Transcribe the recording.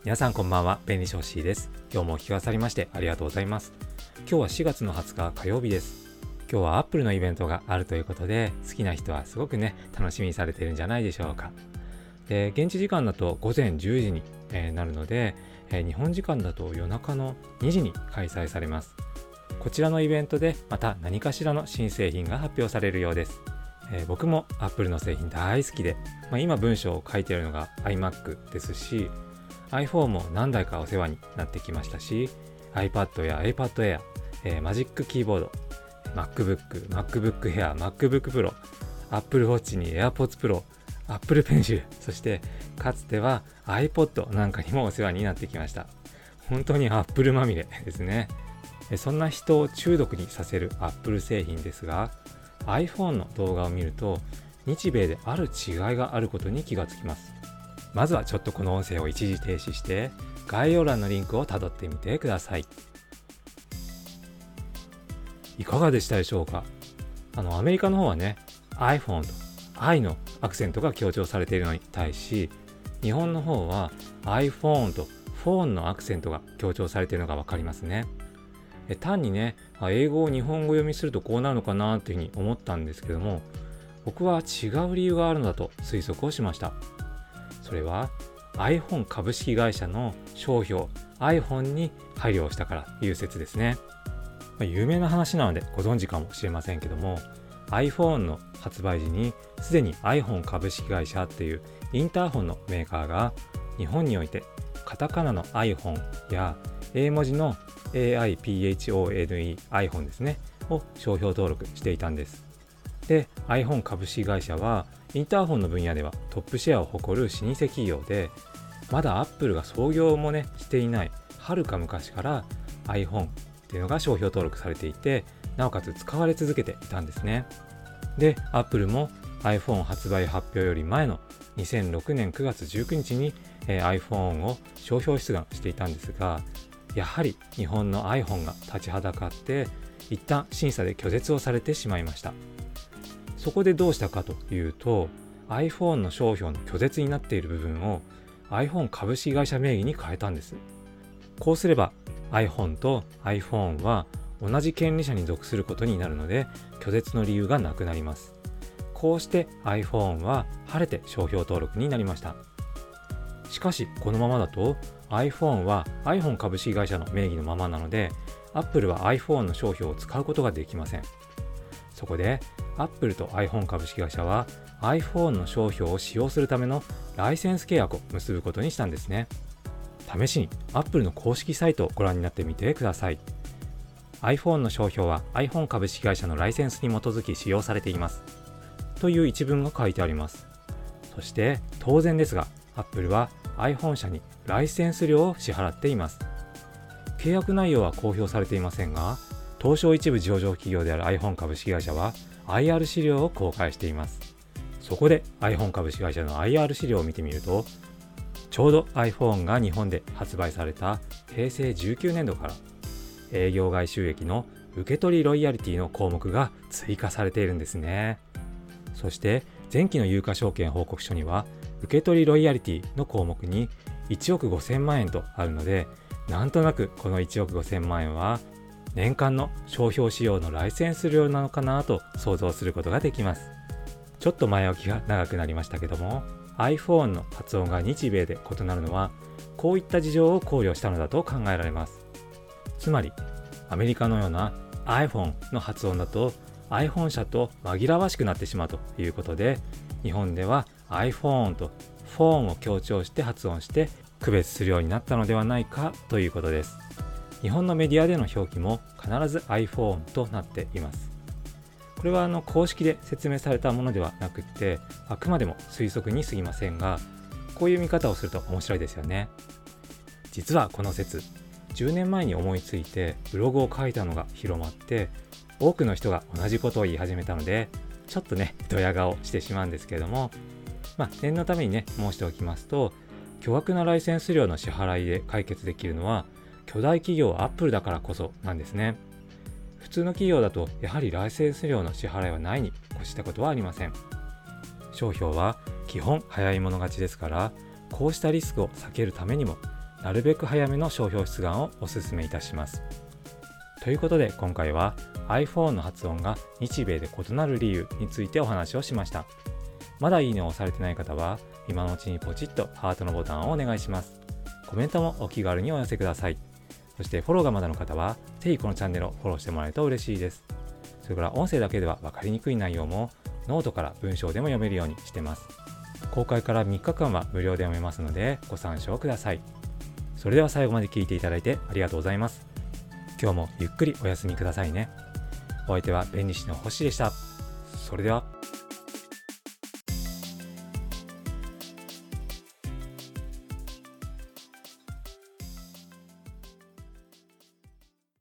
皆さんこんばんは、便利ショッシーです。今日もお聞きくださりましてありがとうございます。今日は4月の20日火曜日です。今日は Apple のイベントがあるということで、好きな人はすごくね楽しみにされているんじゃないでしょうか。で、現地時間だと午前10時になるので、日本時間だと夜中の2時に開催されます。こちらのイベントでまた何かしらの新製品が発表されるようです。僕も Apple の製品大好きで、今文章を書いているのが iMac ですし、iPhone も何台かお世話になってきましたし、iPad や iPad Air、マジックキーボード、MacBook、MacBook Air、MacBook Pro、Apple Watch に AirPods Pro、Apple Pencil、そしてかつては iPod なんかにもお世話になってきました。本当に Apple まみれですね。そんな人を中毒にさせる Apple 製品ですが、iPhone の動画を見ると日米である違いがあることに気がつきます。まずはちょっとこの音声を一時停止して概要欄のリンクをたどってみてください。いかがでしたでしょうか。アメリカの方はね iPhone と I のアクセントが強調されているのに対し、日本の方は iPhone と Phone のアクセントが強調されているのがわかりますね。単にね英語を日本語読みするとこうなるのかなというふうに思ったんですけども、僕は違う理由があるのだと推測をしました。それは iPhone 株式会社の商標 iPhone に配慮をしたからという説ですね。有名な話なのでご存知かもしれませんけども、 iPhone の発売時にすでに iPhone 株式会社っていうインターホンのメーカーが日本においてカタカナの iPhone や英文字の AIPHONE、iPhone ですねを商標登録していたんです。で、iPhone 株式会社はインターホンの分野ではトップシェアを誇る老舗企業で、まだ Apple が創業もねしていないはるか昔から iPhone っていうのが商標登録されていて、なおかつ使われ続けていたんですね。で、Apple も iPhone 発売発表より前の2006年9月19日に、iPhone を商標出願していたんですが、やはり日本の iPhone が立ちはだかって一旦審査で拒絶をされてしまいました。そこでどうしたかというと、 iPhone の商標の拒絶になっている部分を iPhone 株式会社名義に変えたんです。こうすれば iPhone と iPhone は同じ権利者に属することになるので、拒絶の理由がなくなります。こうして iPhone は晴れて商標登録になりました。しかしこのままだと iPhone は iPhone 株式会社の名義のままなので、 Apple は iPhone の商標を使うことができません。そこで Apple と iPhone 株式会社は iPhone の商標を使用するためのライセンス契約を結ぶことにしたんですね。試しに Apple の公式サイトをご覧になってみてください。 iPhone の商標は iPhone 株式会社のライセンスに基づき使用されていますという一文が書いてあります。そして当然ですが Apple は iPhone 社にライセンス料を支払っています。契約内容は公表されていませんが、東証一部上場企業である iPhone 株式会社は IR 資料を公開しています。そこで iPhone 株式会社の IR 資料を見てみると、ちょうど iPhone が日本で発売された平成19年度から営業外収益の受取ロイヤリティの項目が追加されているんですね。そして前期の有価証券報告書には受取ロイヤリティの項目に1億5000万円とあるので、なんとなくこの1億5000万円は年間の商標使用のライセンス料なのかなと想像することができます。ちょっと前置きが長くなりましたけども、 iPhone の発音が日米で異なるのはこういった事情を考慮したのだと考えられます。つまりアメリカのような iPhone の発音だと iPhone 社と紛らわしくなってしまうということで、日本では iPhone と Phone を強調して発音して区別するようになったのではないかということです。日本のメディアでの表記も必ず iPhone となっています。これは公式で説明されたものではなくて、あくまでも推測に過ぎませんが、こういう見方をすると面白いですよね。実はこの説、10年前に思いついてブログを書いたのが広まって、多くの人が同じことを言い始めたので、ちょっとねドヤ顔してしまうんですけれども、念のためにね申しておきますと、巨額なライセンス料の支払いで解決できるのは巨大企業 Apple だからこそなんですね。普通の企業だとやはりライセンス料の支払いはないに越したことはありません。商標は基本早い者勝ちですから、こうしたリスクを避けるためにもなるべく早めの商標出願をお勧めいたします。ということで今回は iPhone の発音が日米で異なる理由についてお話をしました。まだいいねを押されてない方は今のうちにポチッとハートのボタンをお願いします。コメントもお気軽にお寄せください。そしてフォローがまだの方はぜひこのチャンネルをフォローしてもらえると嬉しいです。それから音声だけでは分かりにくい内容もノートから文章でも読めるようにしてます。公開から3日間は無料で読めますのでご参照ください。それでは最後まで聞いていただいてありがとうございます。今日もゆっくりお休みくださいね。お相手は弁理士の星でした。それでは。